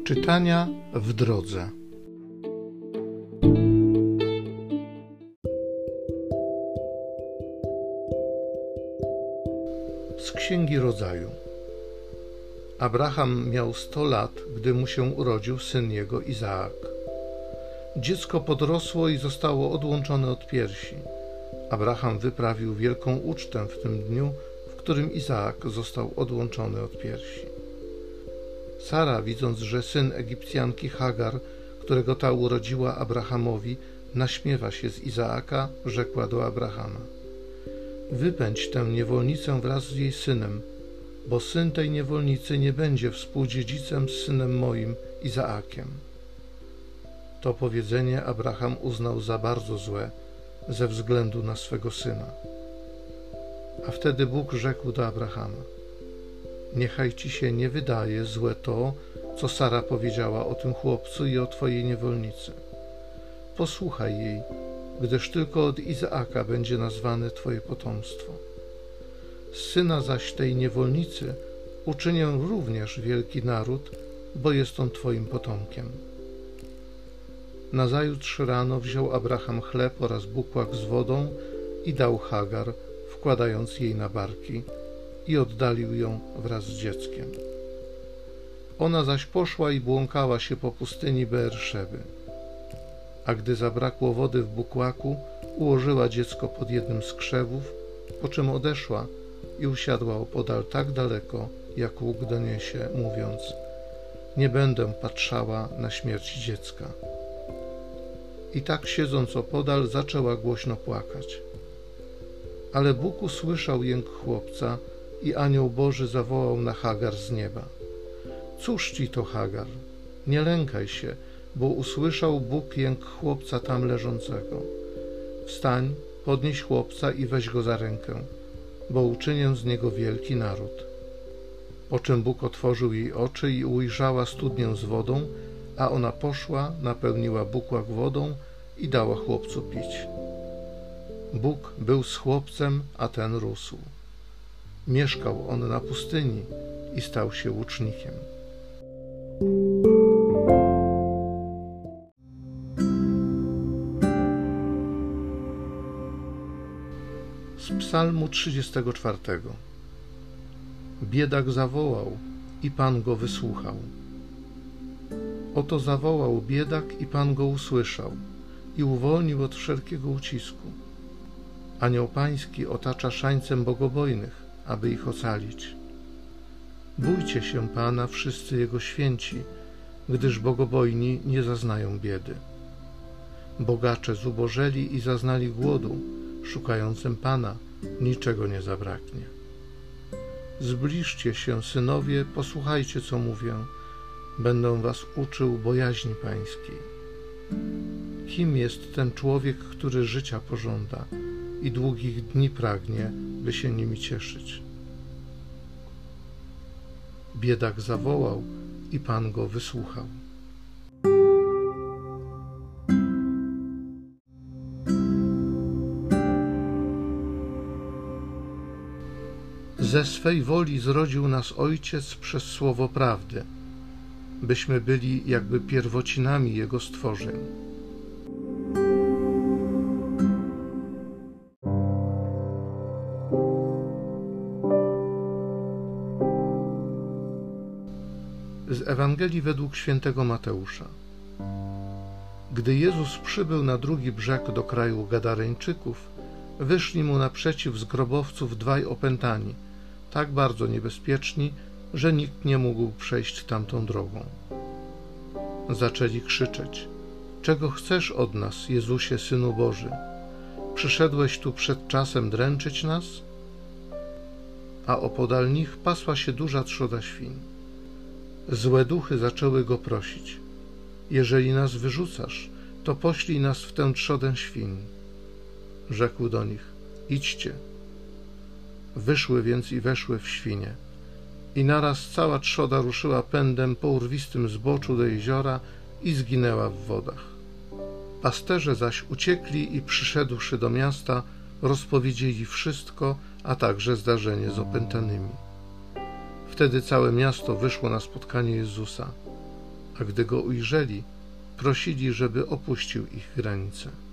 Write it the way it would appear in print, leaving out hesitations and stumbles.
Czytania w drodze. Z Księgi Rodzaju. Abraham miał 100 lat, gdy mu się urodził syn jego Izaak. Dziecko podrosło i zostało odłączone od piersi. Abraham wyprawił wielką ucztę w tym dniu, w którym Izaak został odłączony od piersi. Sara, widząc, że syn Egipcjanki Hagar, którego ta urodziła Abrahamowi, naśmiewa się z Izaaka, rzekła do Abrahama: wypędź tę niewolnicę wraz z jej synem, bo syn tej niewolnicy nie będzie współdziedzicem z synem moim, Izaakiem. To powiedzenie Abraham uznał za bardzo złe ze względu na swego syna. A wtedy Bóg rzekł do Abrahama: niechaj ci się nie wydaje złe to, co Sara powiedziała o tym chłopcu i o twojej niewolnicy. Posłuchaj jej, gdyż tylko od Izaaka będzie nazwane twoje potomstwo. Z syna zaś tej niewolnicy uczynię również wielki naród, bo jest on twoim potomkiem. Nazajutrz rano wziął Abraham chleb oraz bukłak z wodą i dał Hagar, wkładając jej na barki, i oddalił ją wraz z dzieckiem. Ona zaś poszła i błąkała się po pustyni Beerszeby. A gdy zabrakło wody w bukłaku, ułożyła dziecko pod jednym z krzewów, po czym odeszła i usiadła opodal tak daleko, jak łuk doniesie, mówiąc: nie będę patrzała na śmierć dziecka. I tak siedząc opodal, zaczęła głośno płakać. Ale Bóg usłyszał jęk chłopca i anioł Boży zawołał na Hagar z nieba: cóż ci to, Hagar? Nie lękaj się, bo usłyszał Bóg jęk chłopca tam leżącego. Wstań, podnieś chłopca i weź go za rękę, bo uczynię z niego wielki naród. Po czym Bóg otworzył jej oczy i ujrzała studnię z wodą, a ona poszła, napełniła bukłak wodą i dała chłopcu pić. Bóg był z chłopcem, a ten rósł. Mieszkał on na pustyni i stał się łucznikiem. Z Psalmu 34. Biedak zawołał i Pan go wysłuchał. Oto zawołał biedak i Pan go usłyszał i uwolnił od wszelkiego ucisku. Anioł Pański otacza szańcem bogobojnych, aby ich ocalić. Bójcie się Pana, wszyscy Jego święci, gdyż bogobojni nie zaznają biedy. Bogacze zubożeli i zaznali głodu, szukającym Pana niczego nie zabraknie. Zbliżcie się, synowie, posłuchajcie, co mówię. Będę was uczył bojaźni Pańskiej. Kim jest ten człowiek, który życia pożąda i długich dni pragnie, by się nimi cieszyć? Biedak zawołał i Pan go wysłuchał. Ze swej woli zrodził nas Ojciec przez słowo prawdy, byśmy byli jakby pierwocinami Jego stworzeń. Z Ewangelii według świętego Mateusza. Gdy Jezus przybył na drugi brzeg do kraju Gadareńczyków, wyszli mu naprzeciw z grobowców dwaj opętani, tak bardzo niebezpieczni, że nikt nie mógł przejść tamtą drogą. Zaczęli krzyczeć: czego chcesz od nas, Jezusie, Synu Boży? Przyszedłeś tu przed czasem dręczyć nas? A opodal nich pasła się duża trzoda świń. Złe duchy zaczęły go prosić: jeżeli nas wyrzucasz, to poślij nas w tę trzodę świń. Rzekł do nich: idźcie. Wyszły więc i weszły w świnie. I naraz cała trzoda ruszyła pędem po urwistym zboczu do jeziora i zginęła w wodach. Pasterze zaś uciekli i przyszedłszy do miasta, rozpowiedzieli wszystko, a także zdarzenie z opętanymi. Wtedy całe miasto wyszło na spotkanie Jezusa, a gdy go ujrzeli, prosili, żeby opuścił ich granice.